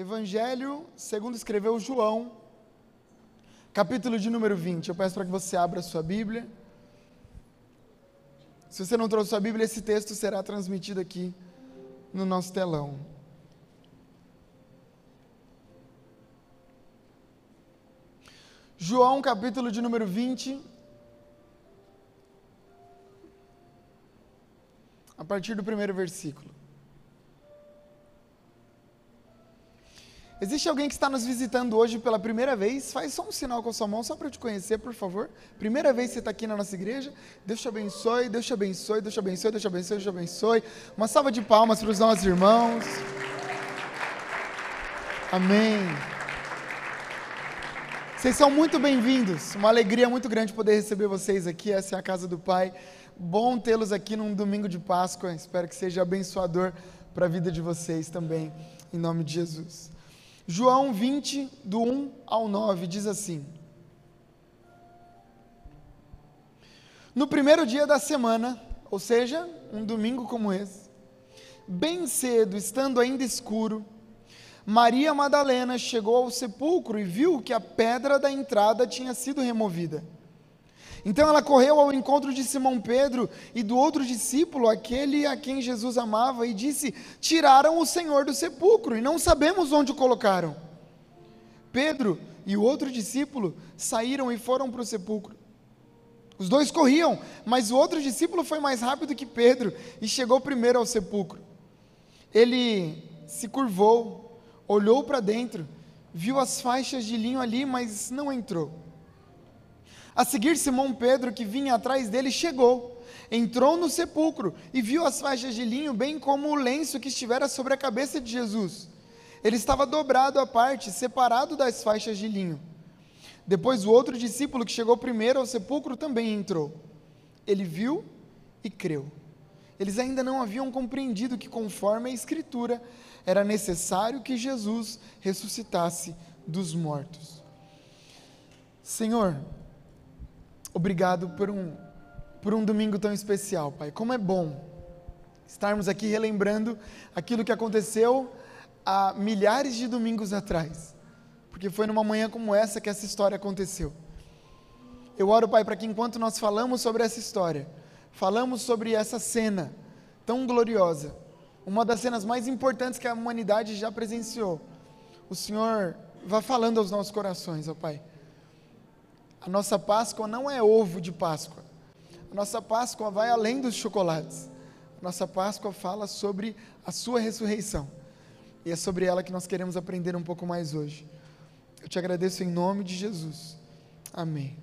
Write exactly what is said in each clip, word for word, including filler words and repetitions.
Evangelho segundo escreveu João, capítulo de número vinte. Eu peço para que você abra a sua Bíblia. Se você não trouxe sua Bíblia, esse texto será transmitido aqui no nosso telão. João, capítulo de número vinte, a partir do primeiro versículo. Existe alguém que está nos visitando hoje pela primeira vez? Faz só um sinal com a sua mão, só para eu te conhecer, por favor. Primeira vez que você está aqui na nossa igreja. Deus te abençoe, Deus te abençoe, Deus te abençoe, Deus te abençoe, Deus te abençoe. Uma salva de palmas para os nossos irmãos. Amém. Vocês são muito bem-vindos. Uma alegria muito grande poder receber vocês aqui. Essa é a casa do Pai. Bom tê-los aqui num domingo de Páscoa. Espero que seja abençoador para a vida de vocês também, em nome de Jesus. João vinte, do um ao nove, diz assim: No primeiro dia da semana, ou seja, um domingo como esse, bem cedo, estando ainda escuro, Maria Madalena chegou ao sepulcro e viu que a pedra da entrada tinha sido removida. Então ela correu ao encontro de Simão Pedro e do outro discípulo, aquele a quem Jesus amava, e disse: Tiraram o Senhor do sepulcro e não sabemos onde o colocaram. Pedro e o outro discípulo saíram e foram para o sepulcro. Os dois corriam, mas o outro discípulo foi mais rápido que Pedro e chegou primeiro ao sepulcro. Ele se curvou, olhou para dentro, viu as faixas de linho ali, mas não entrou. A seguir, Simão Pedro, que vinha atrás dele, chegou, entrou no sepulcro e viu as faixas de linho, bem como o lenço que estivera sobre a cabeça de Jesus. Ele estava dobrado à parte, separado das faixas de linho. Depois o outro discípulo, que chegou primeiro ao sepulcro, também entrou. Ele viu e creu. Eles ainda não haviam compreendido que, conforme a Escritura, era necessário que Jesus ressuscitasse dos mortos. Senhor, obrigado por um, por um domingo tão especial, Pai. Como é bom estarmos aqui relembrando aquilo que aconteceu há milhares de domingos atrás, porque foi numa manhã como essa que essa história aconteceu. Eu oro, Pai, para que enquanto nós falamos sobre essa história, falamos sobre essa cena tão gloriosa, uma das cenas mais importantes que a humanidade já presenciou, o Senhor vá falando aos nossos corações, ó Pai. A nossa Páscoa não é ovo de Páscoa. A nossa Páscoa vai além dos chocolates. A nossa Páscoa fala sobre a sua ressurreição. E é sobre ela que nós queremos aprender um pouco mais hoje. Eu te agradeço em nome de Jesus. Amém.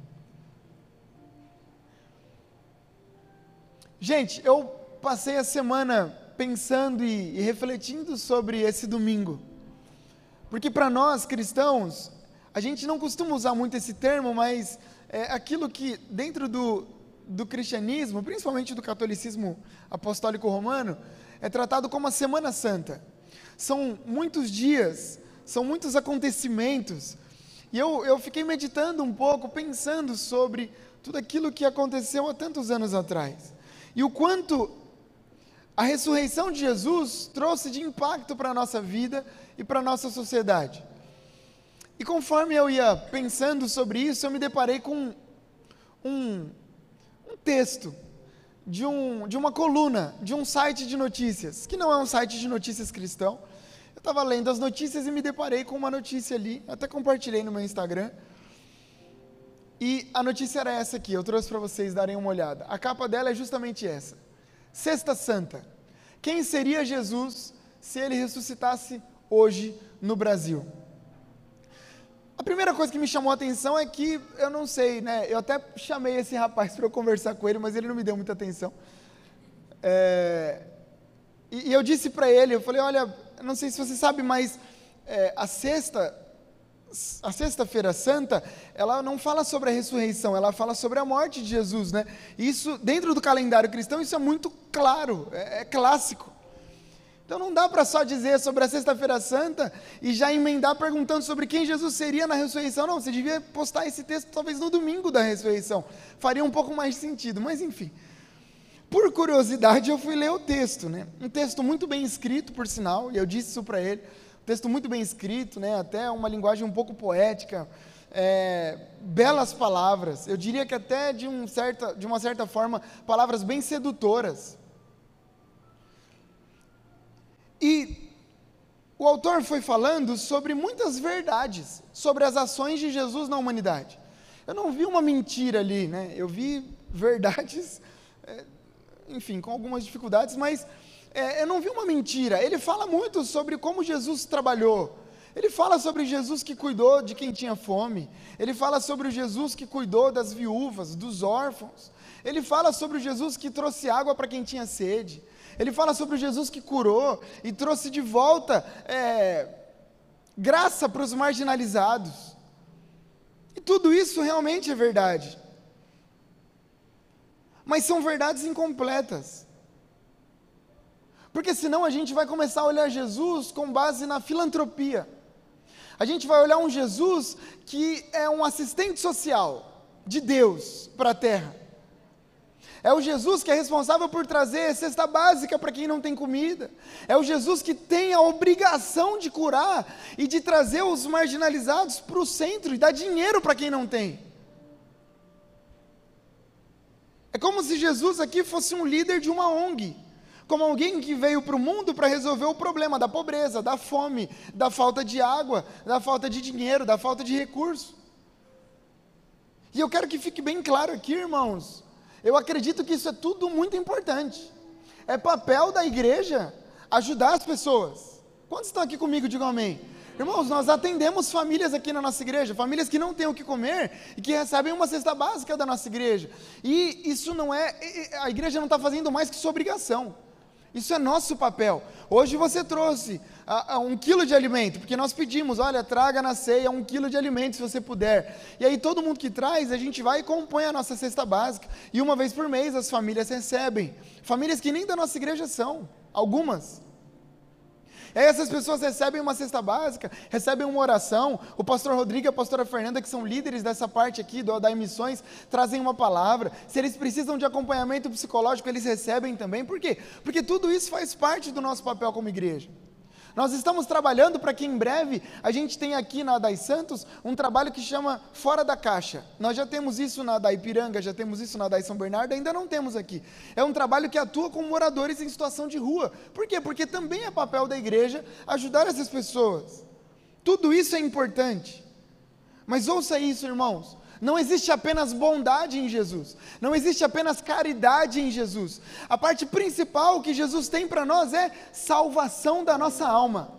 Gente, eu passei a semana pensando e, e refletindo sobre esse domingo. Porque para nós cristãos, a gente não costuma usar muito esse termo, mas é aquilo que dentro do, do cristianismo, principalmente do catolicismo apostólico romano, é tratado como a Semana Santa. São muitos dias, são muitos acontecimentos, e eu, eu fiquei meditando um pouco, pensando sobre tudo aquilo que aconteceu há tantos anos atrás, e o quanto a ressurreição de Jesus trouxe de impacto para a nossa vida e para a nossa sociedade. E conforme eu ia pensando sobre isso, eu me deparei com um, um texto de, um, de uma coluna, de um site de notícias, que não é um site de notícias cristão. Eu estava lendo as notícias e me deparei com uma notícia ali, até compartilhei no meu Instagram, e a notícia era essa aqui, eu trouxe para vocês darem uma olhada. A capa dela é justamente essa: Sexta Santa. Quem seria Jesus se ele ressuscitasse hoje no Brasil? A primeira coisa que me chamou a atenção é que, eu não sei, né, eu até chamei esse rapaz para eu conversar com ele, mas ele não me deu muita atenção. É, e, e eu disse para ele, eu falei, olha, não sei se você sabe, mas é, a sexta, a sexta-feira santa, ela não fala sobre a ressurreição, ela fala sobre a morte de Jesus, né? Isso, dentro do calendário cristão, isso é muito claro, é, é clássico. Então não dá para só dizer sobre a Sexta-feira Santa e já emendar perguntando sobre quem Jesus seria na ressurreição. Não, você devia postar esse texto talvez no domingo da ressurreição. Faria um pouco mais de sentido, mas enfim. Por curiosidade eu fui ler o texto, né? Um texto muito bem escrito, por sinal, e eu disse isso para ele. O texto muito bem escrito, né? Até uma linguagem um pouco poética, é, belas palavras, eu diria que até de, um certa, de uma certa forma, palavras bem sedutoras. E o autor foi falando sobre muitas verdades, sobre as ações de Jesus na humanidade. Eu não vi uma mentira ali, né? Eu vi verdades, é, enfim, com algumas dificuldades, mas é, eu não vi uma mentira. Ele fala muito sobre como Jesus trabalhou. Ele fala sobre Jesus que cuidou de quem tinha fome. Ele fala sobre o Jesus que cuidou das viúvas, dos órfãos. Ele fala sobre o Jesus que trouxe água para quem tinha sede. Ele fala sobre o Jesus que curou e trouxe de volta é, graça para os marginalizados. E tudo isso realmente é verdade. Mas são verdades incompletas. Porque senão a gente vai começar a olhar Jesus com base na filantropia. A gente vai olhar um Jesus que é um assistente social de Deus para a terra. É o Jesus que é responsável por trazer cesta básica para quem não tem comida. É o Jesus que tem a obrigação de curar e de trazer os marginalizados para o centro e dar dinheiro para quem não tem. É como se Jesus aqui fosse um líder de uma O N G, como alguém que veio para o mundo para resolver o problema da pobreza, da fome, da falta de água, da falta de dinheiro, da falta de recurso. E eu quero que fique bem claro aqui, irmãos, eu acredito que isso é tudo muito importante. É papel da igreja ajudar as pessoas. Quantos estão aqui comigo? Digam amém. Irmãos, nós atendemos famílias aqui na nossa igreja, famílias que não têm o que comer e que recebem uma cesta básica da nossa igreja. E isso não é, a igreja não está fazendo mais que sua obrigação. Isso é nosso papel. Hoje você trouxe a, a um quilo de alimento, porque nós pedimos, olha, traga na ceia um quilo de alimento se você puder. E aí todo mundo que traz, a gente vai e compõe a nossa cesta básica. E uma vez por mês as famílias recebem. Famílias que nem da nossa igreja são, algumas. E aí essas pessoas recebem uma cesta básica, recebem uma oração, o pastor Rodrigo e a pastora Fernanda, que são líderes dessa parte aqui do, da emissões, trazem uma palavra. Se eles precisam de acompanhamento psicológico, eles recebem também. Por quê? Porque tudo isso faz parte do nosso papel como igreja. Nós estamos trabalhando para que em breve a gente tenha aqui na Dai Santos um trabalho que chama Fora da Caixa. Nós já temos isso na Dai Ipiranga, já temos isso na Dai São Bernardo, ainda não temos aqui. É um trabalho que atua com moradores em situação de rua. Por quê? Porque também é papel da igreja ajudar essas pessoas. Tudo isso é importante. Mas ouça isso, irmãos. Não existe apenas bondade em Jesus, não existe apenas caridade em Jesus. A parte principal que Jesus tem para nós é salvação da nossa alma.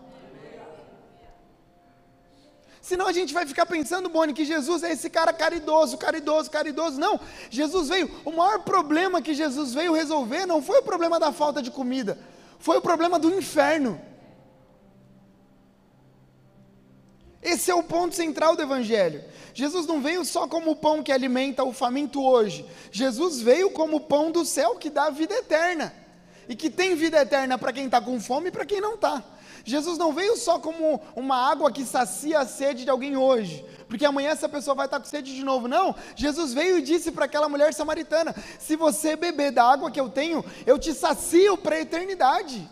Senão a gente vai ficar pensando, Boni, que Jesus é esse cara caridoso, caridoso, caridoso. Não, Jesus veio, o maior problema que Jesus veio resolver não foi o problema da falta de comida, foi o problema do inferno. Esse é o ponto central do Evangelho. Jesus não veio só como o pão que alimenta o faminto hoje. Jesus veio como o pão do céu que dá vida eterna. E que tem vida eterna para quem está com fome e para quem não está. Jesus não veio só como uma água que sacia a sede de alguém hoje, porque amanhã essa pessoa vai estar com sede de novo. Não, Jesus veio e disse para aquela mulher samaritana: se você beber da água que eu tenho, eu te sacio para a eternidade.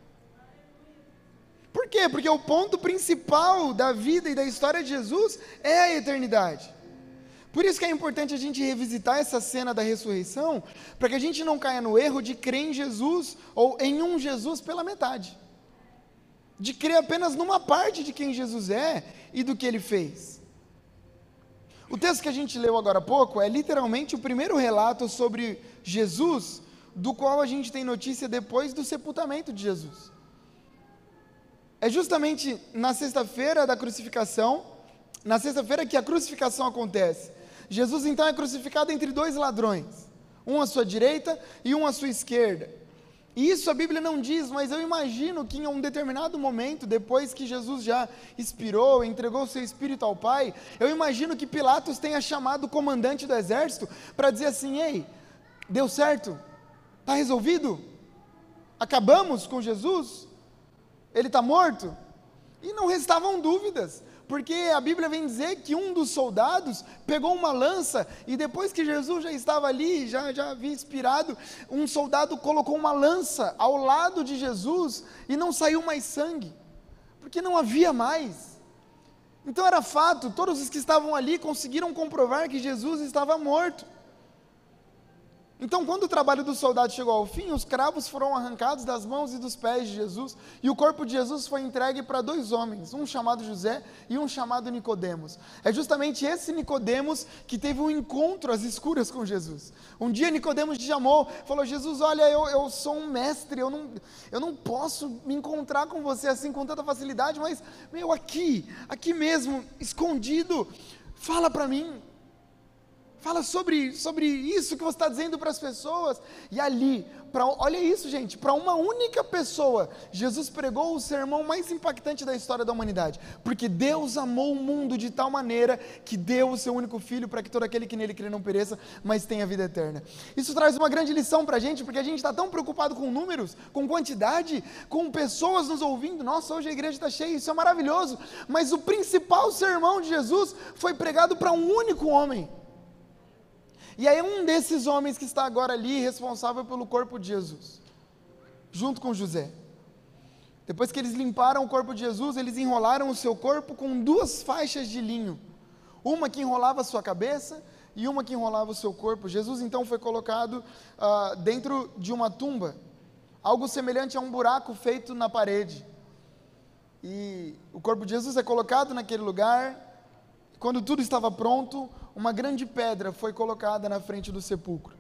Por quê? Porque o ponto principal da vida e da história de Jesus é a eternidade. Por isso que é importante a gente revisitar essa cena da ressurreição, para que a gente não caia no erro de crer em Jesus, ou em um Jesus pela metade. De crer apenas numa parte de quem Jesus é e do que Ele fez. O texto que a gente leu agora há pouco é literalmente o primeiro relato sobre Jesus, do qual a gente tem notícia depois do sepultamento de Jesus. É justamente na sexta-feira da crucificação, na sexta-feira que a crucificação acontece. Jesus então é crucificado entre dois ladrões, um à sua direita e um à sua esquerda. E isso a Bíblia não diz, mas eu imagino que em um determinado momento, depois que Jesus já expirou, entregou o seu espírito ao Pai, eu imagino que Pilatos tenha chamado o comandante do exército para dizer assim: ei, deu certo? Está resolvido? Acabamos com Jesus? Ele está morto? E não restavam dúvidas, porque a Bíblia vem dizer que um dos soldados pegou uma lança, e depois que Jesus já estava ali, já, já havia expirado, um soldado colocou uma lança ao lado de Jesus, e não saiu mais sangue, porque não havia mais. Então era fato, todos os que estavam ali conseguiram comprovar que Jesus estava morto. Então, quando o trabalho do soldado chegou ao fim, os cravos foram arrancados das mãos e dos pés de Jesus, e o corpo de Jesus foi entregue para dois homens, um chamado José e um chamado Nicodemos. É justamente esse Nicodemos que teve um encontro às escuras com Jesus. Um dia Nicodemos te chamou, falou: Jesus, olha, eu, eu sou um mestre, eu não, eu não posso me encontrar com você assim com tanta facilidade, mas, meu, aqui, aqui mesmo, escondido, fala para mim. Fala sobre, sobre isso que você está dizendo para as pessoas. E ali, pra, olha isso, gente, para uma única pessoa, Jesus pregou o sermão mais impactante da história da humanidade. Porque Deus amou o mundo de tal maneira que deu o seu único filho para que todo aquele que nele crê não pereça, mas tenha vida eterna. Isso traz uma grande lição para a gente, porque a gente está tão preocupado com números, com quantidade, com pessoas nos ouvindo. Nossa, hoje a igreja está cheia, isso é maravilhoso. Mas o principal sermão de Jesus foi pregado para um único homem. E aí um desses homens que está agora ali, responsável pelo corpo de Jesus, junto com José. Depois que eles limparam o corpo de Jesus, eles enrolaram o seu corpo com duas faixas de linho. Uma que enrolava a sua cabeça e uma que enrolava o seu corpo. Jesus então foi colocado uh, dentro de uma tumba, algo semelhante a um buraco feito na parede. E o corpo de Jesus é colocado naquele lugar. Quando tudo estava pronto, uma grande pedra foi colocada na frente do sepulcro.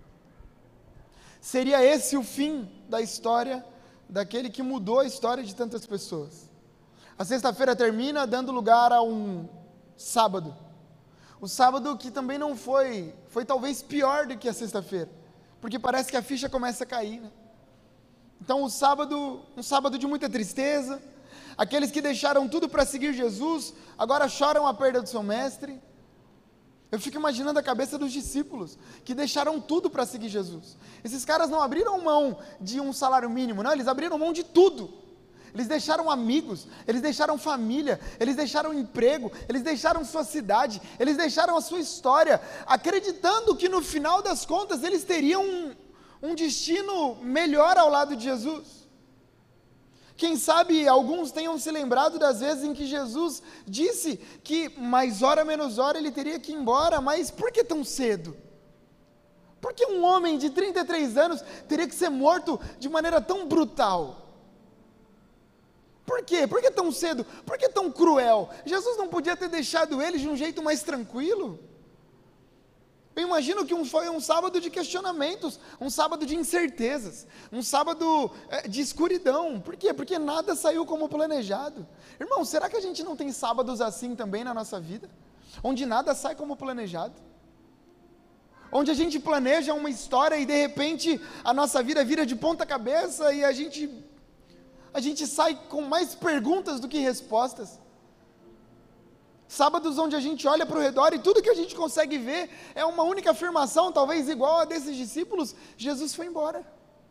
Seria esse o fim da história daquele que mudou a história de tantas pessoas. A sexta-feira termina dando lugar a um sábado. O sábado que também não foi, foi talvez pior do que a sexta-feira, porque parece que a ficha começa a cair, né? Então o sábado, um sábado de muita tristeza. Aqueles que deixaram tudo para seguir Jesus, agora choram a perda do seu mestre. Eu fico imaginando a cabeça dos discípulos, que deixaram tudo para seguir Jesus. Esses caras não abriram mão de um salário mínimo, não, eles abriram mão de tudo. Eles deixaram amigos, eles deixaram família, eles deixaram emprego, eles deixaram sua cidade, eles deixaram a sua história, acreditando que no final das contas eles teriam um, um destino melhor ao lado de Jesus. Quem sabe alguns tenham se lembrado das vezes em que Jesus disse que mais hora menos hora ele teria que ir embora, mas por que tão cedo? Por que um homem de trinta e três anos teria que ser morto de maneira tão brutal? Por quê? Por que tão cedo? Por que tão cruel? Jesus não podia ter deixado eles de um jeito mais tranquilo? Eu imagino que um, foi um sábado de questionamentos, um sábado de incertezas, um sábado é, de escuridão. Por quê? Porque nada saiu como planejado. Irmão, será que a gente não tem sábados assim também na nossa vida? Onde nada sai como planejado? Onde a gente planeja uma história e de repente a nossa vida vira de ponta cabeça e a gente, a gente sai com mais perguntas do que respostas. Sábados onde a gente olha para o redor e tudo que a gente consegue ver é uma única afirmação, talvez igual a desses discípulos: Jesus foi embora.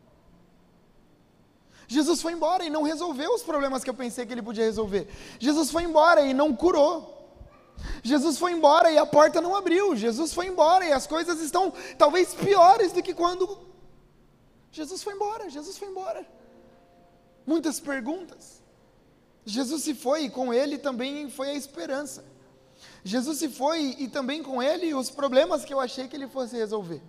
Jesus foi embora e não resolveu os problemas que eu pensei que ele podia resolver. Jesus foi embora e não curou. Jesus foi embora e a porta não abriu. Jesus foi embora e as coisas estão talvez piores do que quando Jesus foi embora. Jesus foi embora. Muitas perguntas. Jesus se foi e com ele também foi a esperança. Jesus se foi e também com ele os problemas que eu achei que ele fosse resolver.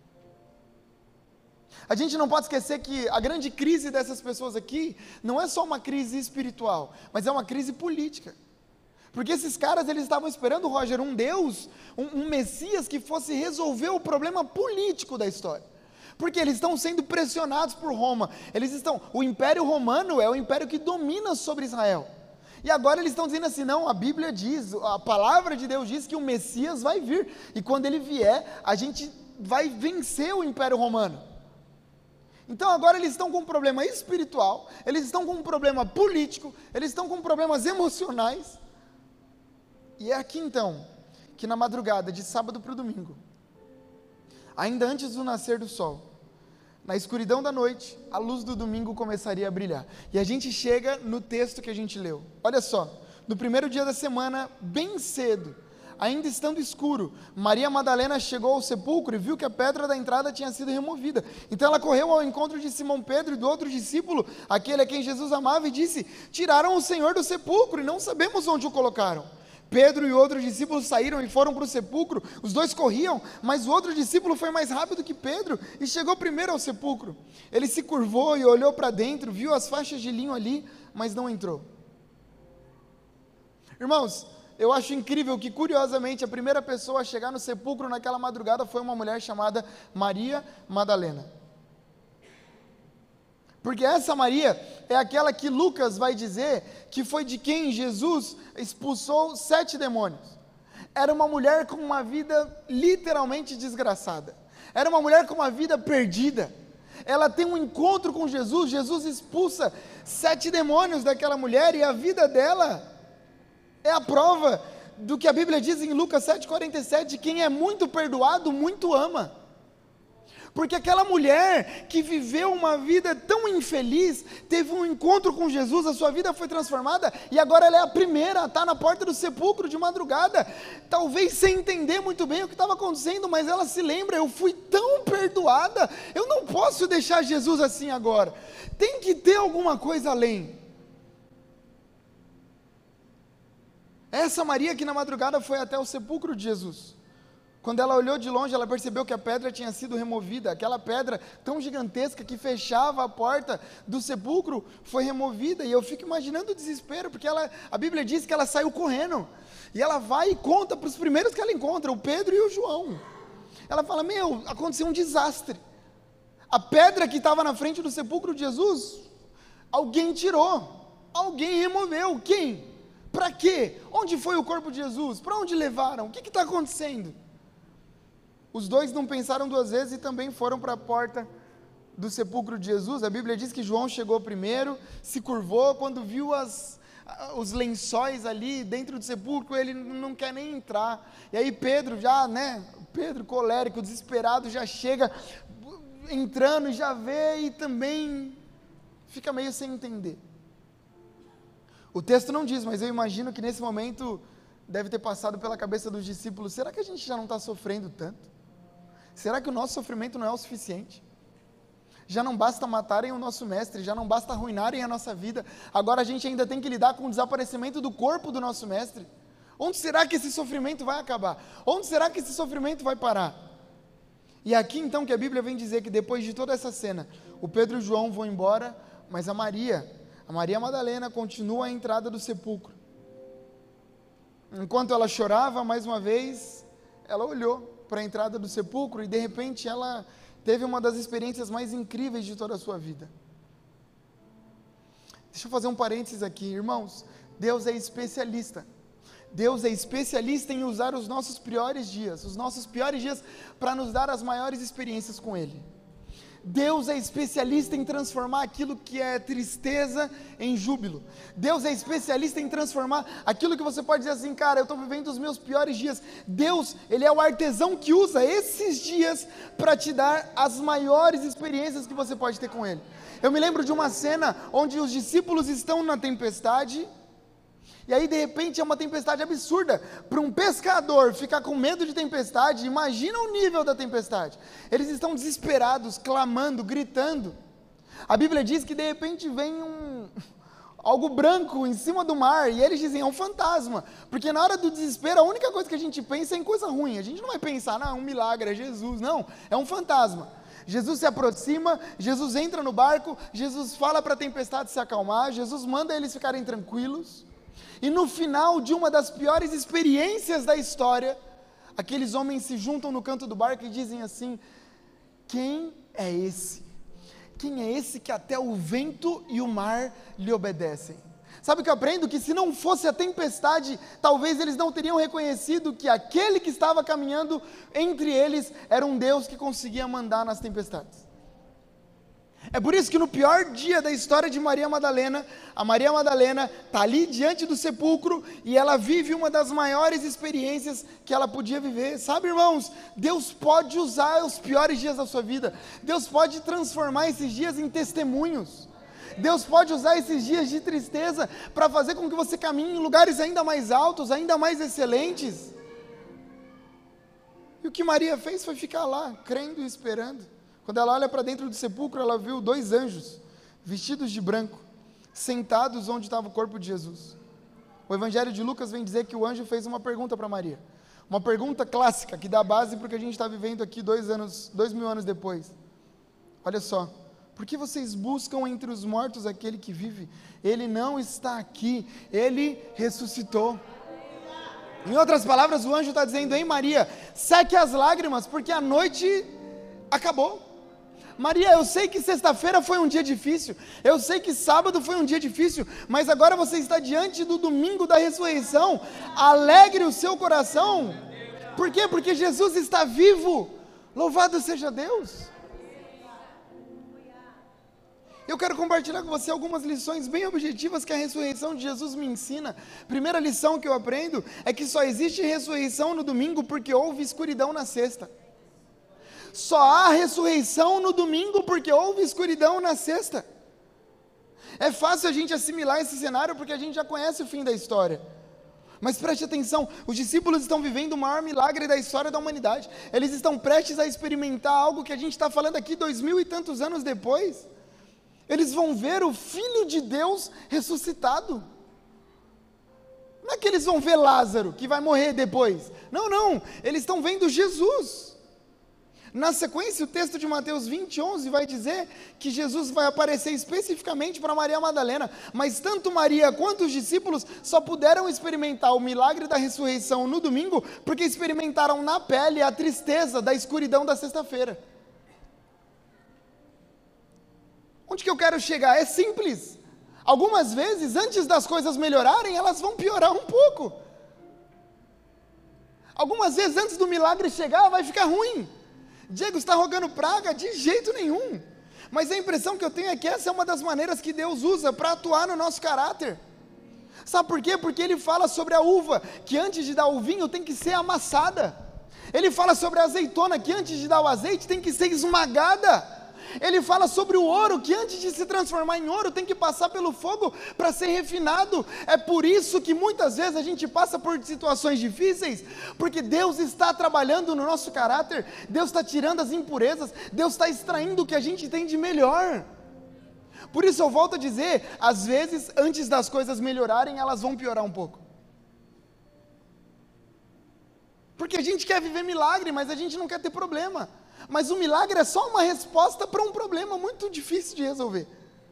A gente não pode esquecer que a grande crise dessas pessoas aqui não é só uma crise espiritual, mas é uma crise política. Porque esses caras, eles estavam esperando, Roger, um Deus, um, um Messias que fosse resolver o problema político da história. Porque eles estão sendo pressionados por Roma. Eles estão, o Império Romano é o império que domina sobre Israel. E agora eles estão dizendo assim: não, a Bíblia diz, a palavra de Deus diz que o Messias vai vir. E quando ele vier, a gente vai vencer o Império Romano. Então agora eles estão com um problema espiritual, eles estão com um problema político, eles estão com problemas emocionais. E é aqui então, que na madrugada de sábado para o domingo, ainda antes do nascer do sol, na escuridão da noite, a luz do domingo começaria a brilhar. E a gente chega no texto que a gente leu. Olha só, no primeiro dia da semana, bem cedo, ainda estando escuro, Maria Madalena chegou ao sepulcro e viu que a pedra da entrada tinha sido removida. Então ela correu ao encontro de Simão Pedro e do outro discípulo, aquele a quem Jesus amava, e disse: tiraram o Senhor do sepulcro e não sabemos onde o colocaram. Pedro e o outro discípulo saíram e foram para o sepulcro. Os dois corriam, mas o outro discípulo foi mais rápido que Pedro e chegou primeiro ao sepulcro. Ele se curvou e olhou para dentro, viu as faixas de linho ali, mas não entrou. Irmãos, eu acho incrível que, curiosamente, a primeira pessoa a chegar no sepulcro naquela madrugada foi uma mulher chamada Maria Madalena. Porque essa Maria é aquela que Lucas vai dizer que foi de quem Jesus expulsou sete demônios. Era uma mulher com uma vida literalmente desgraçada. Era uma mulher com uma vida perdida. Ela tem um encontro com Jesus, Jesus expulsa sete demônios daquela mulher e a vida dela é a prova do que a Bíblia diz em Lucas sete, quarenta e sete, quem é muito perdoado, muito ama. Porque aquela mulher que viveu uma vida tão infeliz, teve um encontro com Jesus, a sua vida foi transformada, e agora ela é a primeira a estar na porta do sepulcro de madrugada, talvez sem entender muito bem o que estava acontecendo, mas ela se lembra: eu fui tão perdoada, eu não posso deixar Jesus assim agora, tem que ter alguma coisa além. Essa Maria que na madrugada foi até o sepulcro de Jesus. Quando ela olhou de longe, ela percebeu que a pedra tinha sido removida. Aquela pedra tão gigantesca que fechava a porta do sepulcro foi removida. E eu fico imaginando o desespero, porque ela, a Bíblia diz que ela saiu correndo. E ela vai e conta para os primeiros que ela encontra, o Pedro e o João. Ela fala: meu, aconteceu um desastre. A pedra que estava na frente do sepulcro de Jesus, alguém tirou. Alguém removeu. Quem? Para quê? Onde foi o corpo de Jesus? Para onde levaram? O que está acontecendo? Os dois não pensaram duas vezes e também foram para a porta do sepulcro de Jesus. A Bíblia diz que João chegou primeiro, se curvou, quando viu as, os lençóis ali dentro do sepulcro, ele não quer nem entrar. E aí Pedro já, né, Pedro colérico, desesperado, já chega entrando e já vê e também fica meio sem entender. O texto não diz, mas eu imagino que nesse momento deve ter passado pela cabeça dos discípulos: será que a gente já não está sofrendo tanto? Será que o nosso sofrimento não é o suficiente? Já não basta matarem o nosso mestre, já não basta arruinarem a nossa vida, agora a gente ainda tem que lidar com o desaparecimento do corpo do nosso mestre. Onde será que esse sofrimento vai acabar? Onde será que esse sofrimento vai parar? E aqui então que a Bíblia vem dizer que depois de toda essa cena, o Pedro e o João vão embora, mas a Maria... A Maria Madalena continua à entrada do sepulcro. Enquanto ela chorava, mais uma vez, ela olhou para a entrada do sepulcro e de repente ela teve uma das experiências mais incríveis de toda a sua vida. Deixa eu fazer um parênteses aqui, irmãos. Deus é especialista. Deus é especialista em usar os nossos piores dias, os nossos piores dias, para nos dar as maiores experiências com Ele. Deus é especialista em transformar aquilo que é tristeza em júbilo. Deus é especialista em transformar aquilo que você pode dizer assim: cara, eu estou vivendo os meus piores dias. Deus, Ele é o artesão que usa esses dias para te dar as maiores experiências que você pode ter com Ele. Eu me lembro de uma cena onde os discípulos estão na tempestade, e aí de repente é uma tempestade absurda. Para um pescador ficar com medo de tempestade, imagina o nível da tempestade. Eles estão desesperados, clamando, gritando. A Bíblia diz que de repente vem um, algo branco em cima do mar, e eles dizem: é um fantasma, porque na hora do desespero a única coisa que a gente pensa é em coisa ruim. A gente não vai pensar: não, é um milagre, é Jesus. Não, é um fantasma. Jesus se aproxima, Jesus entra no barco, Jesus fala para a tempestade se acalmar, Jesus manda eles ficarem tranquilos. E no final de uma das piores experiências da história, aqueles homens se juntam no canto do barco e dizem assim: quem é esse? Quem é esse que até o vento e o mar lhe obedecem? Sabe o que eu aprendo? Que se não fosse a tempestade, talvez eles não teriam reconhecido que aquele que estava caminhando entre eles era um Deus que conseguia mandar nas tempestades. É por isso que no pior dia da história de Maria Madalena, a Maria Madalena está ali diante do sepulcro e ela vive uma das maiores experiências que ela podia viver. Sabe, irmãos, Deus pode usar os piores dias da sua vida, Deus pode transformar esses dias em testemunhos, Deus pode usar esses dias de tristeza para fazer com que você caminhe em lugares ainda mais altos, ainda mais excelentes. E o que Maria fez foi ficar lá, crendo e esperando. Quando ela olha para dentro do sepulcro, ela viu dois anjos, vestidos de branco, sentados onde estava o corpo de Jesus. O Evangelho de Lucas vem dizer que o anjo fez uma pergunta para Maria. Uma pergunta clássica, que dá base para o que a gente está vivendo aqui dois anos, dois mil anos depois. Olha só. Por que vocês buscam entre os mortos aquele que vive? Ele não está aqui, ele ressuscitou. Em outras palavras, o anjo está dizendo: ei Maria, seque as lágrimas, porque a noite acabou. Maria, eu sei que sexta-feira foi um dia difícil, eu sei que sábado foi um dia difícil, mas agora você está diante do domingo da ressurreição. Alegre o seu coração. Por quê? Porque Jesus está vivo. Louvado seja Deus. Eu quero compartilhar com você algumas lições bem objetivas que a ressurreição de Jesus me ensina. Primeira lição que eu aprendo é que só existe ressurreição no domingo porque houve escuridão na sexta. Só há ressurreição no domingo porque houve escuridão na sexta. É fácil a gente assimilar esse cenário porque a gente já conhece o fim da história. Mas preste atenção, os discípulos estão vivendo o maior milagre da história da humanidade. Eles estão prestes a experimentar algo que a gente está falando aqui dois mil e tantos anos depois. Eles vão ver o Filho de Deus ressuscitado. Não é que eles vão ver Lázaro, que vai morrer depois. Não, não, eles estão vendo Jesus. Na sequência, o texto de Mateus vinte, onze vai dizer que Jesus vai aparecer especificamente para Maria Madalena, mas tanto Maria quanto os discípulos só puderam experimentar o milagre da ressurreição no domingo, porque experimentaram na pele a tristeza da escuridão da sexta-feira. Onde que eu quero chegar? É simples. Algumas vezes, antes das coisas melhorarem, elas vão piorar um pouco. Algumas vezes, antes do milagre chegar, vai ficar ruim. Diego está rogando praga? De jeito nenhum. Mas a impressão que eu tenho é que essa é uma das maneiras que Deus usa para atuar no nosso caráter. Sabe por quê? Porque Ele fala sobre a uva, que antes de dar o vinho tem que ser amassada. Ele fala sobre a azeitona, que antes de dar o azeite tem que ser esmagada. Ele fala sobre o ouro, que antes de se transformar em ouro, tem que passar pelo fogo para ser refinado. É por isso que muitas vezes a gente passa por situações difíceis, porque Deus está trabalhando no nosso caráter, Deus está tirando as impurezas, Deus está extraindo o que a gente tem de melhor. Por isso eu volto a dizer, às vezes, antes das coisas melhorarem, elas vão piorar um pouco. Porque a gente quer viver milagre, mas a gente não quer ter problema. Mas o milagre é só uma resposta para um problema muito difícil de resolver.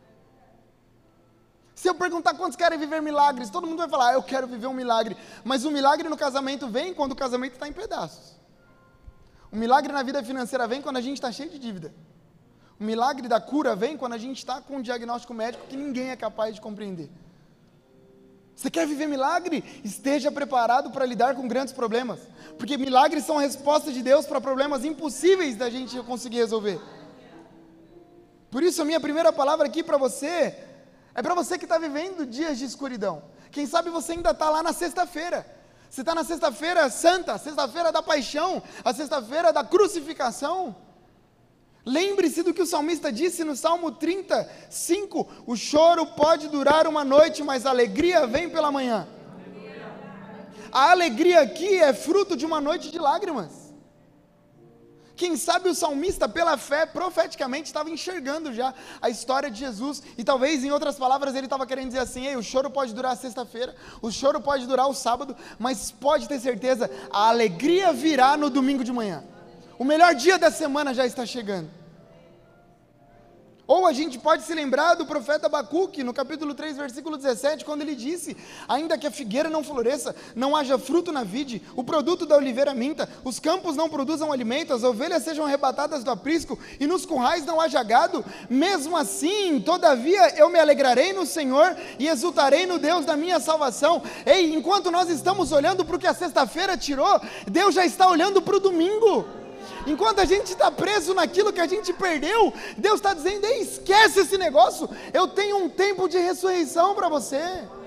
Se eu perguntar quantos querem viver milagres, todo mundo vai falar: ah, eu quero viver um milagre. Mas o milagre no casamento vem quando o casamento está em pedaços. O milagre na vida financeira vem quando a gente está cheio de dívida. O milagre da cura vem quando a gente está com um diagnóstico médico que ninguém é capaz de compreender. Você quer viver milagre? Esteja preparado para lidar com grandes problemas, porque milagres são a resposta de Deus para problemas impossíveis da gente conseguir resolver. Por isso a minha primeira palavra aqui para você, é para você que está vivendo dias de escuridão. Quem sabe você ainda está lá na sexta-feira, você está na sexta-feira santa, a sexta-feira da paixão, a sexta-feira da crucificação. Lembre-se do que o salmista disse no Salmo trinta e cinco, o choro pode durar uma noite, mas a alegria vem pela manhã. A alegria aqui é fruto de uma noite de lágrimas. Quem sabe o salmista, pela fé, profeticamente, estava enxergando já a história de Jesus, e talvez, em outras palavras, ele estava querendo dizer assim: ei, o choro pode durar a sexta-feira, o choro pode durar o sábado, mas pode ter certeza, a alegria virá no domingo de manhã. O melhor dia da semana já está chegando. Ou a gente pode se lembrar do profeta Abacuque, no capítulo três, versículo dezessete, quando ele disse: ainda que a figueira não floresça, não haja fruto na vide, o produto da oliveira minta, os campos não produzam alimento, as ovelhas sejam arrebatadas do aprisco, e nos currais não haja gado, mesmo assim, todavia, eu me alegrarei no Senhor, e exultarei no Deus da minha salvação. Ei, enquanto nós estamos olhando para o que a sexta-feira tirou, Deus já está olhando para o domingo. Enquanto a gente está preso naquilo que a gente perdeu, Deus está dizendo: ei, esquece esse negócio, eu tenho um tempo de ressurreição para você.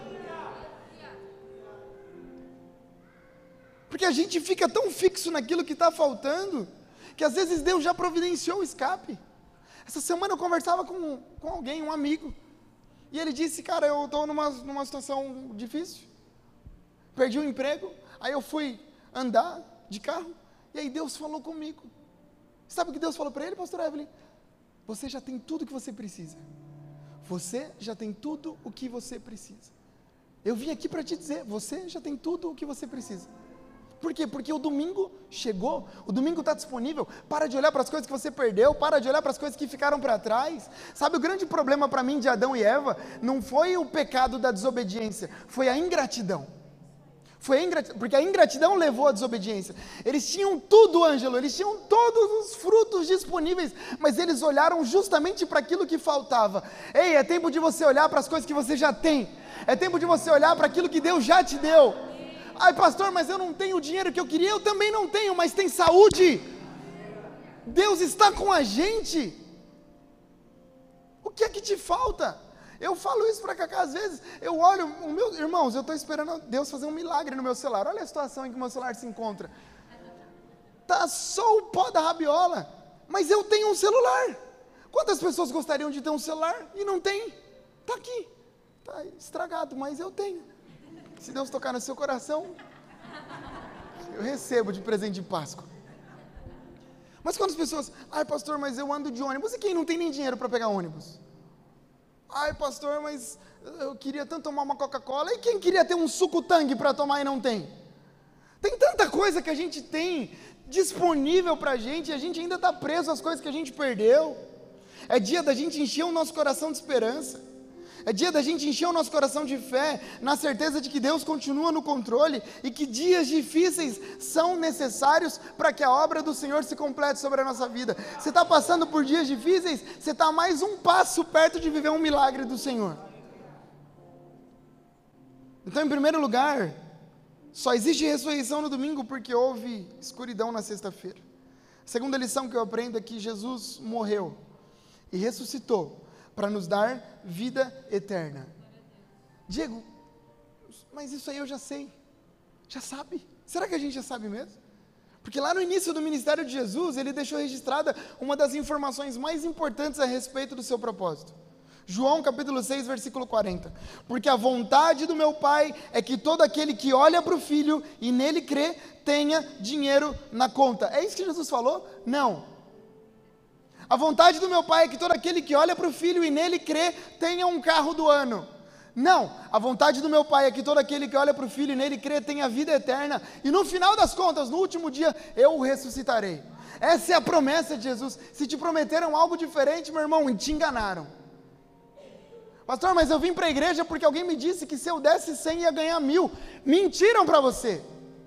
Porque a gente fica tão fixo naquilo que está faltando, que às vezes Deus já providenciou o escape. Essa semana eu conversava com, com alguém, um amigo, e ele disse: cara, eu estou numa, numa situação difícil, perdi o emprego, aí eu fui andar de carro, E aí Deus falou comigo. Sabe o que Deus falou para ele, pastor Evelyn? Você já tem tudo o que você precisa. Você já tem tudo o que você precisa. Eu vim aqui para te dizer, você já tem tudo o que você precisa. Por quê? Porque o domingo chegou, o domingo está disponível. Para de olhar para as coisas que você perdeu, para de olhar para as coisas que ficaram para trás. Sabe, o grande problema para mim de Adão e Eva não foi o pecado da desobediência, foi a ingratidão. Foi a ingratidão, porque a ingratidão levou à desobediência. Eles tinham tudo, Ângelo, eles tinham todos os frutos disponíveis, mas eles olharam justamente para aquilo que faltava. Ei, é tempo de você olhar para as coisas que você já tem. É tempo de você olhar para aquilo que Deus já te deu. Ai, pastor, mas eu não tenho o dinheiro que eu queria. Eu também não tenho, mas tem saúde. Deus está com a gente. O que é que te falta? Eu falo isso para Cacá às vezes. Eu olho, o meu, irmãos, eu estou esperando Deus fazer um milagre no meu celular. Olha a situação em que o meu celular se encontra. Tá só o pó da rabiola, mas eu tenho um celular. Quantas pessoas gostariam de ter um celular e não tem? Está aqui, está estragado, mas eu tenho. Se Deus tocar no seu coração, eu recebo de presente de Páscoa. Mas quando as pessoas, ai pastor, mas eu ando de ônibus, e quem não tem nem dinheiro para pegar ônibus? Ai pastor, mas eu queria tanto tomar uma Coca-Cola, e quem queria ter um suco tangue para tomar e não tem? Tem tanta coisa que a gente tem disponível para a gente, e a gente ainda está preso às coisas que a gente perdeu. É dia da gente encher o nosso coração de esperança. É dia da gente encher o nosso coração de fé, na certeza de que Deus continua no controle e que dias difíceis são necessários para que a obra do Senhor se complete sobre a nossa vida. Você está passando por dias difíceis, você está mais um passo perto de viver um milagre do Senhor. Então, em primeiro lugar, só existe ressurreição no domingo porque houve escuridão na sexta-feira. A segunda lição que eu aprendo é que Jesus morreu e ressuscitou para nos dar vida eterna. Diego, mas isso aí eu já sei, já sabe, será que a gente já sabe mesmo? Porque lá no início do ministério de Jesus, ele deixou registrada uma das informações mais importantes a respeito do seu propósito. João capítulo seis, versículo quarenta, porque a vontade do meu Pai é que todo aquele que olha para o Filho e nele crê, tenha dinheiro na conta. É isso que Jesus falou? Não. A vontade do meu Pai é que todo aquele que olha para o Filho e nele crê, tenha um carro do ano. Não, a vontade do meu Pai é que todo aquele que olha para o Filho e nele crê, tenha vida eterna, e no final das contas, no último dia, eu o ressuscitarei. Essa é a promessa de Jesus. Se te prometeram algo diferente, meu irmão, te enganaram. Pastor, mas eu vim para a igreja porque alguém me disse que se eu desse cem ia ganhar mil. Mentiram para você.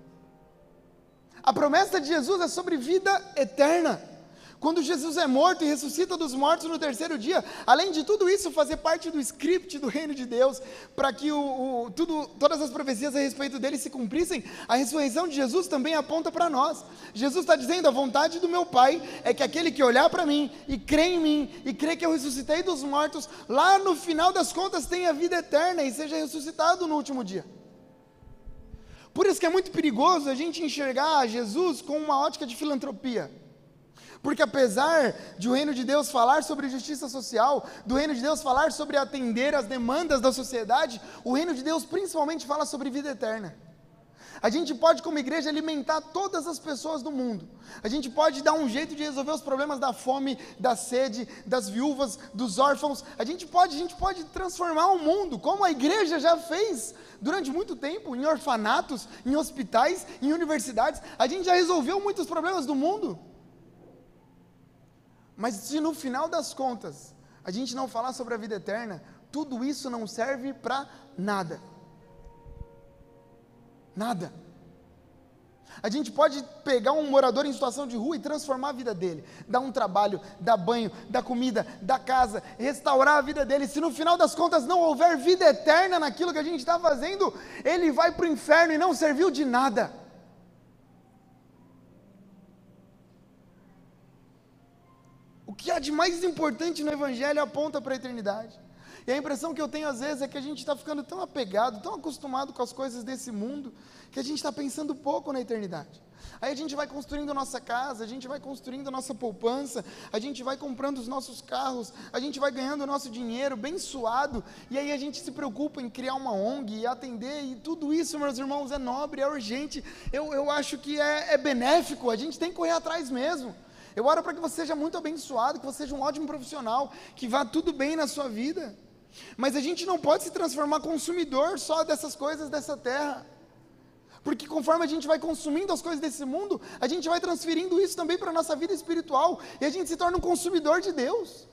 A promessa de Jesus é sobre vida eterna. Quando Jesus é morto e ressuscita dos mortos no terceiro dia, além de tudo isso fazer parte do script do reino de Deus, para que o, o, tudo, todas as profecias a respeito dele se cumprissem, a ressurreição de Jesus também aponta para nós. Jesus está dizendo, a vontade do meu Pai é que aquele que olhar para mim e crê em mim, e crê que eu ressuscitei dos mortos, lá no final das contas tenha vida eterna e seja ressuscitado no último dia. Por isso que é muito perigoso a gente enxergar Jesus com uma ótica de filantropia. Porque apesar de o reino de Deus falar sobre justiça social, do reino de Deus falar sobre atender às demandas da sociedade, o reino de Deus principalmente fala sobre vida eterna. A gente pode, como igreja, alimentar todas as pessoas do mundo. A gente pode dar um jeito de resolver os problemas da fome, da sede, das viúvas, dos órfãos. A gente pode, a gente pode transformar o mundo, como a igreja já fez durante muito tempo, em orfanatos, em hospitais, em universidades. A gente já resolveu muitos problemas do mundo. Mas se no final das contas, a gente não falar sobre a vida eterna, tudo isso não serve para nada. Nada. A gente pode pegar um morador em situação de rua e transformar a vida dele, dar um trabalho, dar banho, dar comida, dar casa, restaurar a vida dele. Se no final das contas não houver vida eterna naquilo que a gente está fazendo, ele vai para o inferno e não serviu de nada. O que há de mais importante no Evangelho aponta para a eternidade. E a impressão que eu tenho às vezes é que a gente está ficando tão apegado, tão acostumado com as coisas desse mundo, que a gente está pensando pouco na eternidade. Aí a gente vai construindo a nossa casa, a gente vai construindo a nossa poupança, a gente vai comprando os nossos carros, a gente vai ganhando o nosso dinheiro bem suado, e aí a gente se preocupa em criar uma O N G e atender, e tudo isso, meus irmãos, é nobre, é urgente, eu, eu acho que é, é benéfico, a gente tem que correr atrás mesmo. Eu oro para que você seja muito abençoado, que você seja um ótimo profissional, que vá tudo bem na sua vida, mas a gente não pode se transformar consumidor só dessas coisas dessa terra, porque conforme a gente vai consumindo as coisas desse mundo, a gente vai transferindo isso também para a nossa vida espiritual, e a gente se torna um consumidor de Deus.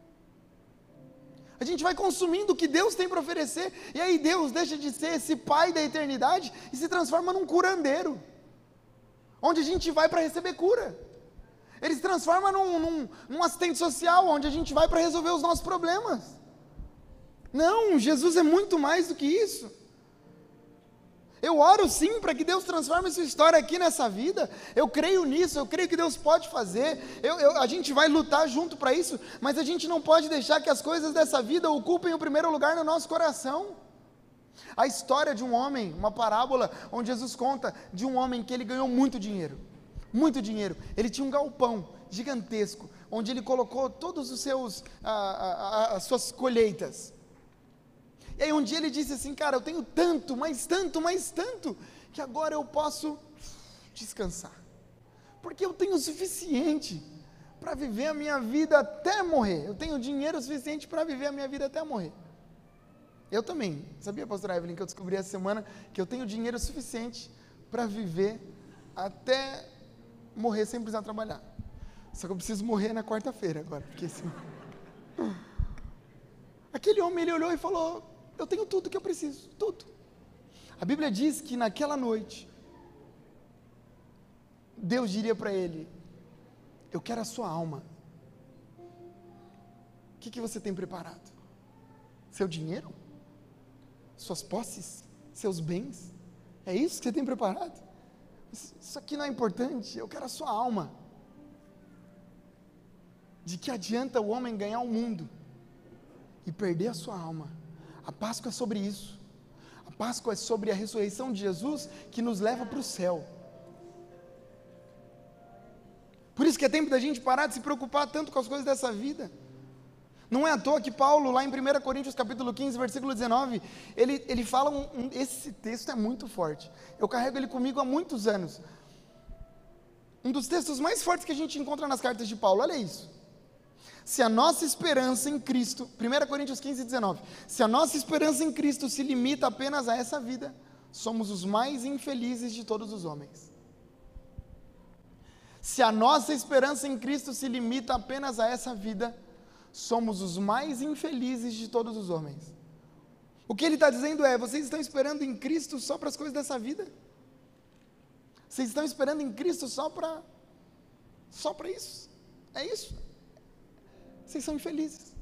A gente vai consumindo o que Deus tem para oferecer, e aí Deus deixa de ser esse Pai da eternidade, e se transforma num curandeiro, onde a gente vai para receber cura. Ele se transforma num, num, num assistente social, onde a gente vai para resolver os nossos problemas. Não, Jesus é muito mais do que isso. Eu oro sim para que Deus transforme essa história aqui nessa vida, eu creio nisso, eu creio que Deus pode fazer, eu, eu, a gente vai lutar junto para isso, mas a gente não pode deixar que as coisas dessa vida ocupem o primeiro lugar no nosso coração. A história de um homem, uma parábola, onde Jesus conta de um homem que ele ganhou muito dinheiro, muito dinheiro, ele tinha um galpão gigantesco, onde ele colocou todos os seus, a, a, a, as suas colheitas. E aí um dia ele disse assim, cara, eu tenho tanto, mais tanto, mais tanto, que agora eu posso descansar, porque eu tenho o suficiente para viver a minha vida até morrer, eu tenho dinheiro suficiente para viver a minha vida até morrer. Eu também, sabia, pastora Evelyn, que eu descobri essa semana, que eu tenho dinheiro suficiente para viver até morrer sem precisar trabalhar, só que eu preciso morrer na quarta-feira agora, porque assim... Aquele homem, ele olhou e falou, eu tenho tudo que eu preciso, tudo. A Bíblia diz que naquela noite, Deus diria para ele, eu quero a sua alma. O que, que você tem preparado? Seu dinheiro? Suas posses? Seus bens? É isso que você tem preparado? Isso aqui não é importante, eu quero a sua alma. De que adianta o homem ganhar o mundo e perder a sua alma? A Páscoa é sobre isso. A Páscoa é sobre a ressurreição de Jesus, que nos leva para o céu. Por isso que é tempo da gente parar de se preocupar tanto com as coisas dessa vida. Não é à toa que Paulo, lá em primeira Coríntios capítulo quinze, versículo dezenove, ele, ele fala, um, um, esse texto é muito forte, eu carrego ele comigo há muitos anos, um dos textos mais fortes que a gente encontra nas cartas de Paulo, olha isso. Se a nossa esperança em Cristo, primeira Coríntios quinze, dezenove, se a nossa esperança em Cristo se limita apenas a essa vida, somos os mais infelizes de todos os homens. Se a nossa esperança em Cristo se limita apenas a essa vida, somos os mais infelizes de todos os homens. O que ele está dizendo é, vocês estão esperando em Cristo só para as coisas dessa vida? Vocês estão esperando em Cristo só para, só para isso? É isso? Vocês são infelizes.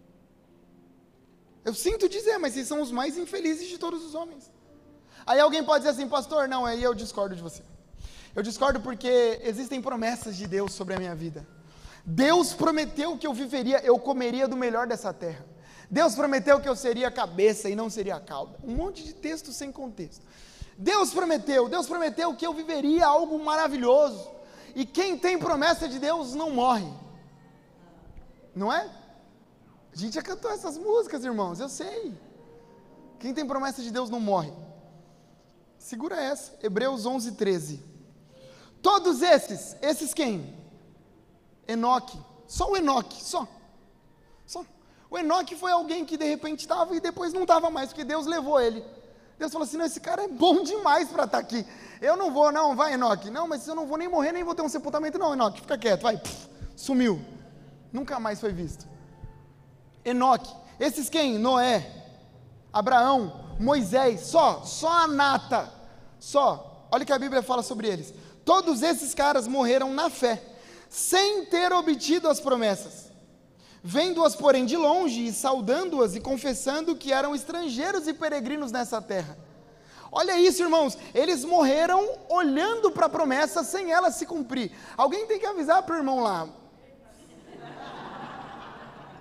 Eu sinto dizer, mas vocês são os mais infelizes de todos os homens. Aí alguém pode dizer assim, pastor, não, aí eu discordo de você. Eu discordo porque existem promessas de Deus sobre a minha vida. Deus prometeu que eu viveria, eu comeria do melhor dessa terra. Deus prometeu que eu seria a cabeça e não seria a cauda. Um monte de texto sem contexto. Deus prometeu, Deus prometeu que eu viveria algo maravilhoso. E quem tem promessa de Deus não morre. Não é? A gente já cantou essas músicas, irmãos, eu sei. Quem tem promessa de Deus não morre. Segura essa, Hebreus onze, treze. Todos esses, esses quem? Enoque, só o Enoque, só. Só. O Enoque foi alguém que de repente estava e depois não estava mais, porque Deus levou ele. Deus falou assim, não, esse cara é bom demais para estar aqui. Eu não vou, não, vai Enoque. Não, mas eu não vou nem morrer, nem vou ter um sepultamento, não, Enoque, fica quieto, vai. Pff, sumiu. Nunca mais foi visto. Enoque, esses quem? Noé, Abraão, Moisés, só, só a nata, só. Olha o que a Bíblia fala sobre eles. Todos esses caras morreram na fé, sem ter obtido as promessas, vendo-as porém de longe e saudando-as e confessando que eram estrangeiros e peregrinos nessa terra. Olha isso, irmãos, eles morreram olhando para a promessa sem ela se cumprir. Alguém tem que avisar para o irmão lá.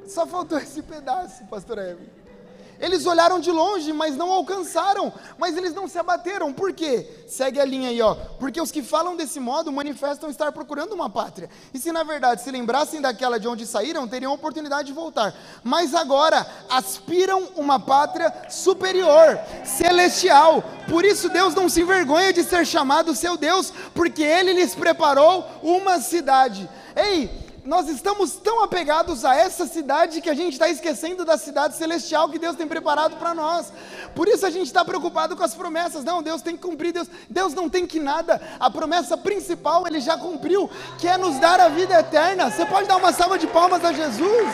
Só faltou esse pedaço, pastor Evelyn. Eles olharam de longe, mas não alcançaram, mas eles não se abateram. Por quê? Segue a linha aí, ó. Porque os que falam desse modo manifestam estar procurando uma pátria. E se na verdade se lembrassem daquela de onde saíram, teriam a oportunidade de voltar. Mas agora aspiram uma pátria superior, celestial. Por isso Deus não se envergonha de ser chamado seu Deus, porque Ele lhes preparou uma cidade. Ei, nós estamos tão apegados a essa cidade que a gente está esquecendo da cidade celestial que Deus tem preparado para nós. Por isso a gente está preocupado com as promessas. Não, Deus tem que cumprir, Deus, Deus não tem que nada. A promessa principal Ele já cumpriu, que é nos dar a vida eterna. Você pode dar uma salva de palmas a Jesus?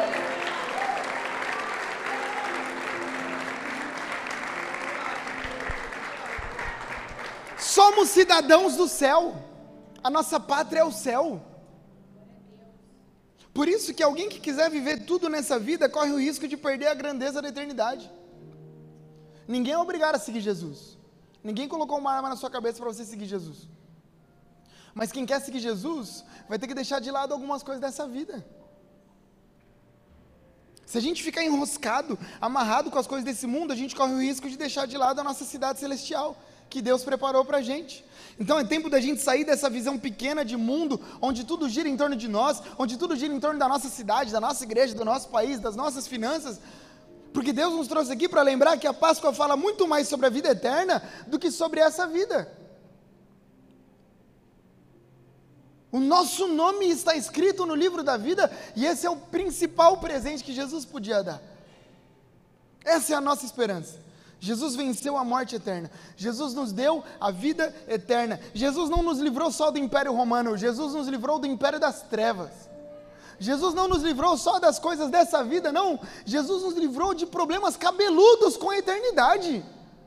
Somos cidadãos do céu. A nossa pátria é o céu. Por isso que alguém que quiser viver tudo nessa vida corre o risco de perder a grandeza da eternidade. Ninguém é obrigado a seguir Jesus. Ninguém colocou uma arma na sua cabeça para você seguir Jesus. Mas quem quer seguir Jesus vai ter que deixar de lado algumas coisas dessa vida. Se a gente ficar enroscado, amarrado com as coisas desse mundo, a gente corre o risco de deixar de lado a nossa cidade celestial que Deus preparou para a gente. Então é tempo da gente sair dessa visão pequena de mundo, onde tudo gira em torno de nós, onde tudo gira em torno da nossa cidade, da nossa igreja, do nosso país, das nossas finanças, porque Deus nos trouxe aqui para lembrar que a Páscoa fala muito mais sobre a vida eterna do que sobre essa vida. O nosso nome está escrito no livro da vida, e esse é o principal presente que Jesus podia dar. Essa é a nossa esperança. Jesus venceu a morte eterna, Jesus nos deu a vida eterna, Jesus não nos livrou só do Império Romano, Jesus nos livrou do Império das Trevas, Jesus não nos livrou só das coisas dessa vida, não, Jesus nos livrou de problemas cabeludos com a eternidade.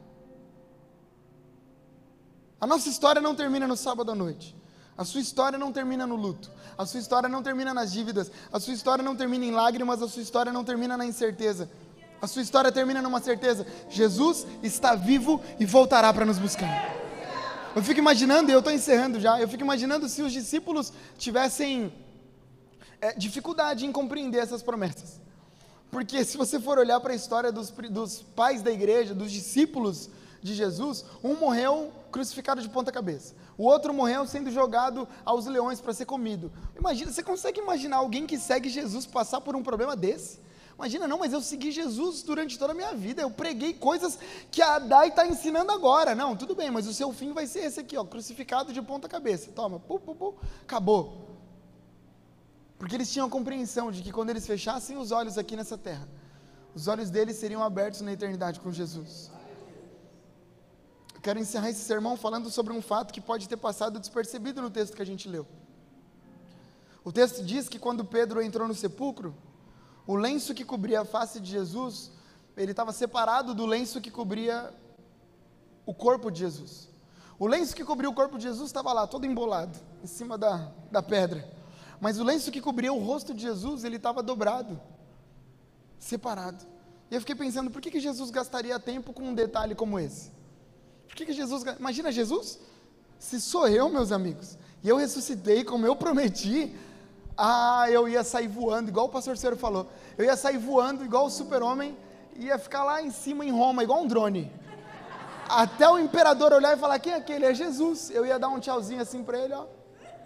A nossa história não termina no sábado à noite, a sua história não termina no luto, a sua história não termina nas dívidas, a sua história não termina em lágrimas, a sua história não termina na incerteza. A sua história termina numa certeza: Jesus está vivo e voltará para nos buscar. Eu fico imaginando, e eu estou encerrando já, eu fico imaginando se os discípulos tivessem é, dificuldade em compreender essas promessas. Porque se você for olhar para a história dos, dos pais da igreja, dos discípulos de Jesus, um morreu crucificado de ponta cabeça, o outro morreu sendo jogado aos leões para ser comido. Imagina, você consegue imaginar alguém que segue Jesus passar por um problema desse? Imagina, não, mas eu segui Jesus durante toda a minha vida, eu preguei coisas que a Dai está ensinando agora. Não, tudo bem, mas o seu fim vai ser esse aqui, ó, crucificado de ponta cabeça. Toma, pu, pu, pu, acabou. Porque eles tinham a compreensão de que quando eles fechassem os olhos aqui nessa terra, os olhos deles seriam abertos na eternidade com Jesus. Eu quero encerrar esse sermão falando sobre um fato que pode ter passado despercebido no texto que a gente leu. O texto diz que quando Pedro entrou no sepulcro, o lenço que cobria a face de Jesus, ele estava separado do lenço que cobria o corpo de Jesus. O lenço que cobria o corpo de Jesus estava lá, todo embolado, em cima da, da pedra. Mas o lenço que cobria o rosto de Jesus, ele estava dobrado, separado. E eu fiquei pensando, por que, que Jesus gastaria tempo com um detalhe como esse? Por que, que Jesus... Imagina Jesus, se sou eu, meus amigos, e eu ressuscitei como eu prometi... Ah, eu ia sair voando, igual o pastor Ciro falou, eu ia sair voando igual o super-homem, ia ficar lá em cima em Roma, igual um drone, até o imperador olhar e falar, quem é aquele? É Jesus. Eu ia dar um tchauzinho assim para ele, ó.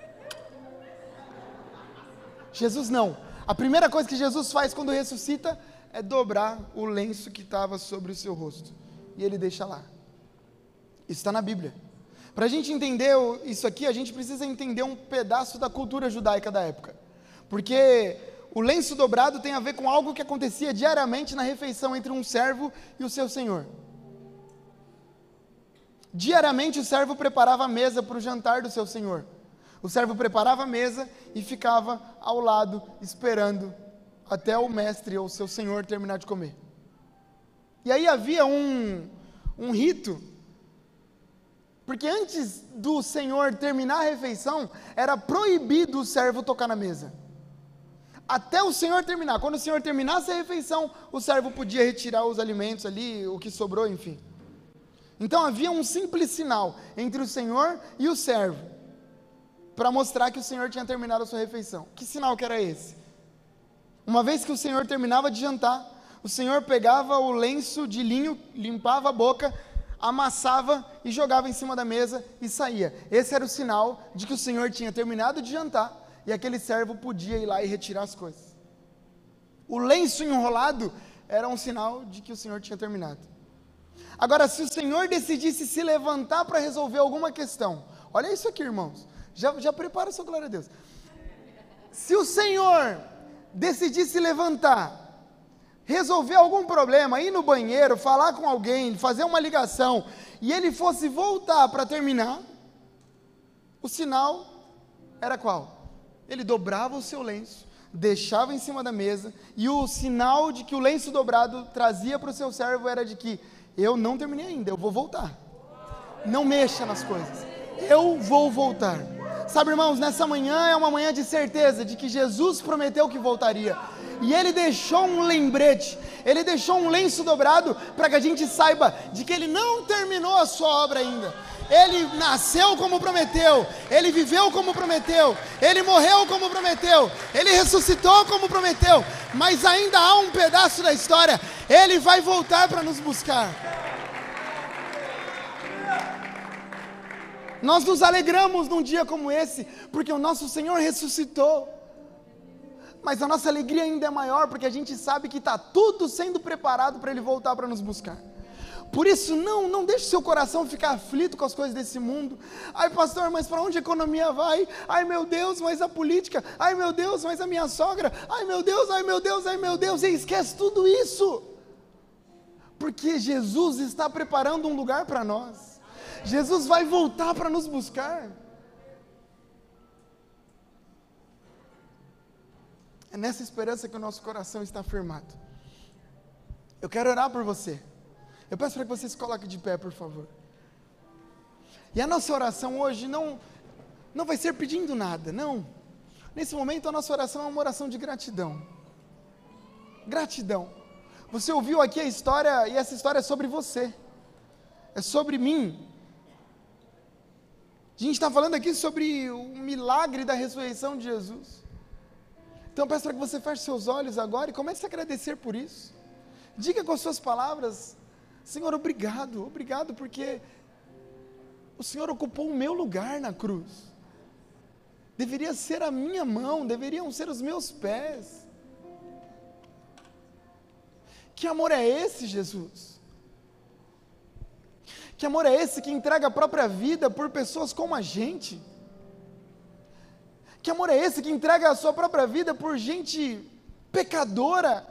Jesus não, a primeira coisa que Jesus faz quando ressuscita, é dobrar o lenço que estava sobre o seu rosto, e ele deixa lá. Isso está na Bíblia. Para a gente entender isso aqui, a gente precisa entender um pedaço da cultura judaica da época, porque o lenço dobrado tem a ver com algo que acontecia diariamente na refeição entre um servo e o seu senhor. Diariamente o servo preparava a mesa para o jantar do seu senhor. O servo preparava a mesa e ficava ao lado, esperando até o mestre ou o seu senhor terminar de comer. E aí havia um, um rito, porque antes do senhor terminar a refeição, era proibido o servo tocar na mesa. Até o senhor terminar. Quando o senhor terminasse a refeição, o servo podia retirar os alimentos ali, o que sobrou, enfim. Então havia um simples sinal entre o senhor e o servo, para mostrar que o senhor tinha terminado a sua refeição. Que sinal que era esse? Uma vez que o Senhor terminava de jantar, o Senhor pegava o lenço de linho, limpava a boca, amassava e jogava em cima da mesa e saía. Esse era o sinal de que o Senhor tinha terminado de jantar e aquele servo podia ir lá e retirar as coisas. O lenço enrolado era um sinal de que o Senhor tinha terminado. Agora, se o Senhor decidisse se levantar para resolver alguma questão, olha isso aqui, irmãos, já, já prepara a sua glória a Deus. Se o Senhor decidisse se levantar, resolver algum problema, ir no banheiro, falar com alguém, fazer uma ligação, e ele fosse voltar para terminar, o sinal era qual? Ele dobrava o seu lenço, deixava em cima da mesa, e o sinal de que o lenço dobrado trazia para o seu servo era de que eu não terminei ainda, eu vou voltar. Não mexa nas coisas, eu vou voltar. Sabe, irmãos, nessa manhã é uma manhã de certeza de que Jesus prometeu que voltaria. E Ele deixou um lembrete, Ele deixou um lenço dobrado para que a gente saiba de que Ele não terminou a sua obra ainda. Ele nasceu como prometeu, Ele viveu como prometeu, Ele morreu como prometeu, Ele ressuscitou como prometeu, mas ainda há um pedaço da história, Ele vai voltar para nos buscar. Nós nos alegramos num dia como esse, porque o nosso Senhor ressuscitou. Mas a nossa alegria ainda é maior, porque a gente sabe que está tudo sendo preparado para Ele voltar para nos buscar. Por isso, não, não deixe seu coração ficar aflito com as coisas desse mundo. Ai, pastor, mas para onde a economia vai? Ai, meu Deus, mas a política? Ai, meu Deus, mas a minha sogra? Ai, meu Deus, ai, meu Deus, ai, meu Deus. E esquece tudo isso. Porque Jesus está preparando um lugar para nós. Jesus vai voltar para nos buscar. É nessa esperança que o nosso coração está firmado. Eu quero orar por você. Eu peço para que você se coloque de pé, por favor. E a nossa oração hoje não, não vai ser pedindo nada, não. Nesse momento a nossa oração é uma oração de gratidão. Gratidão. Você ouviu aqui a história, e essa história é sobre você. É sobre mim. A gente está falando aqui sobre o milagre da ressurreição de Jesus. Então eu peço para que você feche seus olhos agora e comece a agradecer por isso. Diga com as suas palavras: Senhor, obrigado, obrigado porque o Senhor ocupou o meu lugar na cruz. Deveria ser a minha mão, deveriam ser os meus pés. Que amor é esse, Jesus? Que amor é esse que entrega a própria vida por pessoas como a gente? Que amor é esse que entrega a sua própria vida por gente pecadora?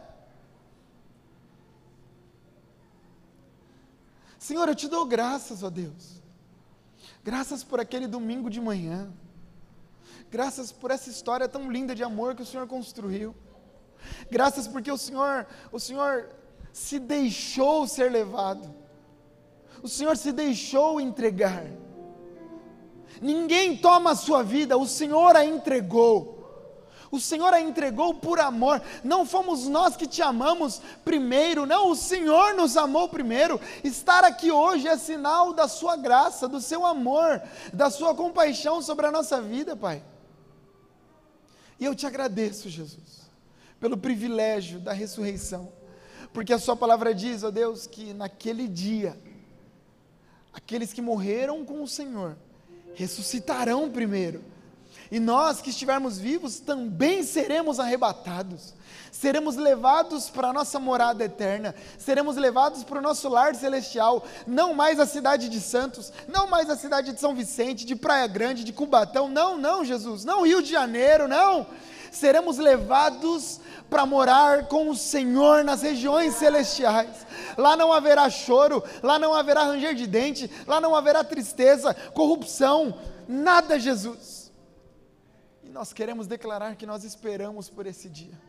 Senhor, eu te dou graças, ó Deus. Graças por aquele domingo de manhã. Graças por essa história tão linda de amor que o Senhor construiu. Graças porque o Senhor, o Senhor se deixou ser levado. O Senhor se deixou entregar. Ninguém toma a sua vida, o Senhor a entregou. O Senhor a entregou por amor. Não fomos nós que te amamos primeiro, não, o Senhor nos amou primeiro. Estar aqui hoje é sinal da sua graça, do seu amor, da sua compaixão sobre a nossa vida, Pai. E eu te agradeço, Jesus, pelo privilégio da ressurreição, porque a sua palavra diz, ó Deus, que naquele dia, aqueles que morreram com o Senhor, ressuscitarão primeiro, e nós que estivermos vivos, também seremos arrebatados, seremos levados para a nossa morada eterna, seremos levados para o nosso lar celestial, não mais a cidade de Santos, não mais a cidade de São Vicente, de Praia Grande, de Cubatão, não, não Jesus, não Rio de Janeiro, não, seremos levados para morar com o Senhor nas regiões celestiais. Lá não haverá choro, lá não haverá ranger de dente, lá não haverá tristeza, corrupção, nada, Jesus. E nós queremos declarar que nós esperamos por esse dia.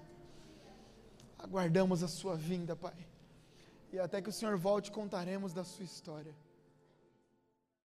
Aguardamos a sua vinda, Pai. E até que o Senhor volte, contaremos da sua história.